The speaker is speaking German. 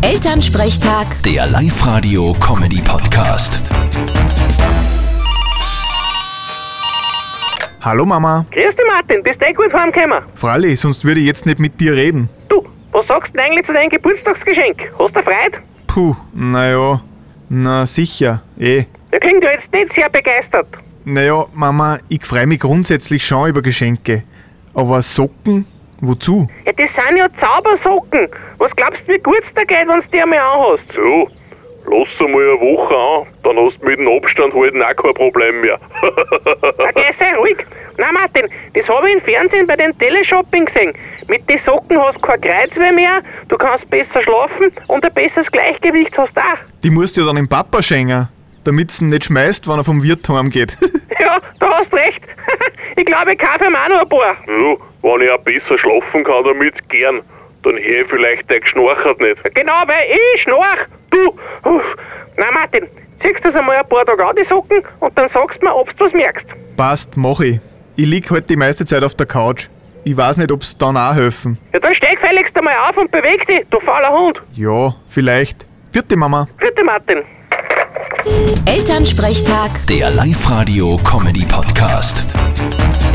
Elternsprechtag, Der Live-Radio-Comedy-Podcast. Hallo Mama. Grüß dich Martin, bist du gut heimgekommen? Freilich, sonst würde ich jetzt nicht mit dir reden. Du, was sagst du denn eigentlich zu deinem Geburtstagsgeschenk? Hast du Freude? Puh, na sicher, eh. Der klingt ja jetzt nicht sehr begeistert. Naja, Mama, ich freue mich grundsätzlich schon über Geschenke. Aber Socken? Wozu? Ja, das sind ja Zaubersocken. Was glaubst du, wie gut es dir geht, wenn du die einmal anhast? Ja, lass einmal eine Woche an, dann hast du mit dem Abstand halten auch kein Problem mehr. Okay, sei ruhig. Nein Martin, das habe ich im Fernsehen bei den Teleshopping gesehen. Mit den Socken hast du kein Kreuzweh mehr, du kannst besser schlafen und ein besseres Gleichgewicht hast du auch. Die musst du ja dann dem Papa schenken, damit ihn nicht schmeißt, wenn er vom Wirt heimgeht. Ja, da hast recht. Ich glaube, ich kaufe ihm auch noch ein paar. Ja, wenn ich auch besser schlafen kann damit, gern. Dann höre ich vielleicht dein Geschnarchert nicht. Genau, weil ich schnarch. Du. Nein Martin, ziehst du das einmal ein paar Tage an, die Socken, und dann sagst du mir, ob du was merkst. Passt, mach ich. Ich lieg halt die meiste Zeit auf der Couch. Ich weiß nicht, ob's dann auch helfen. Ja, dann steh gefälligst einmal auf und beweg dich, du fauler Hund. Ja, vielleicht. Vierte Mama. Bitte Martin. Elternsprechtag. Der Live-Radio-Comedy-Podcast.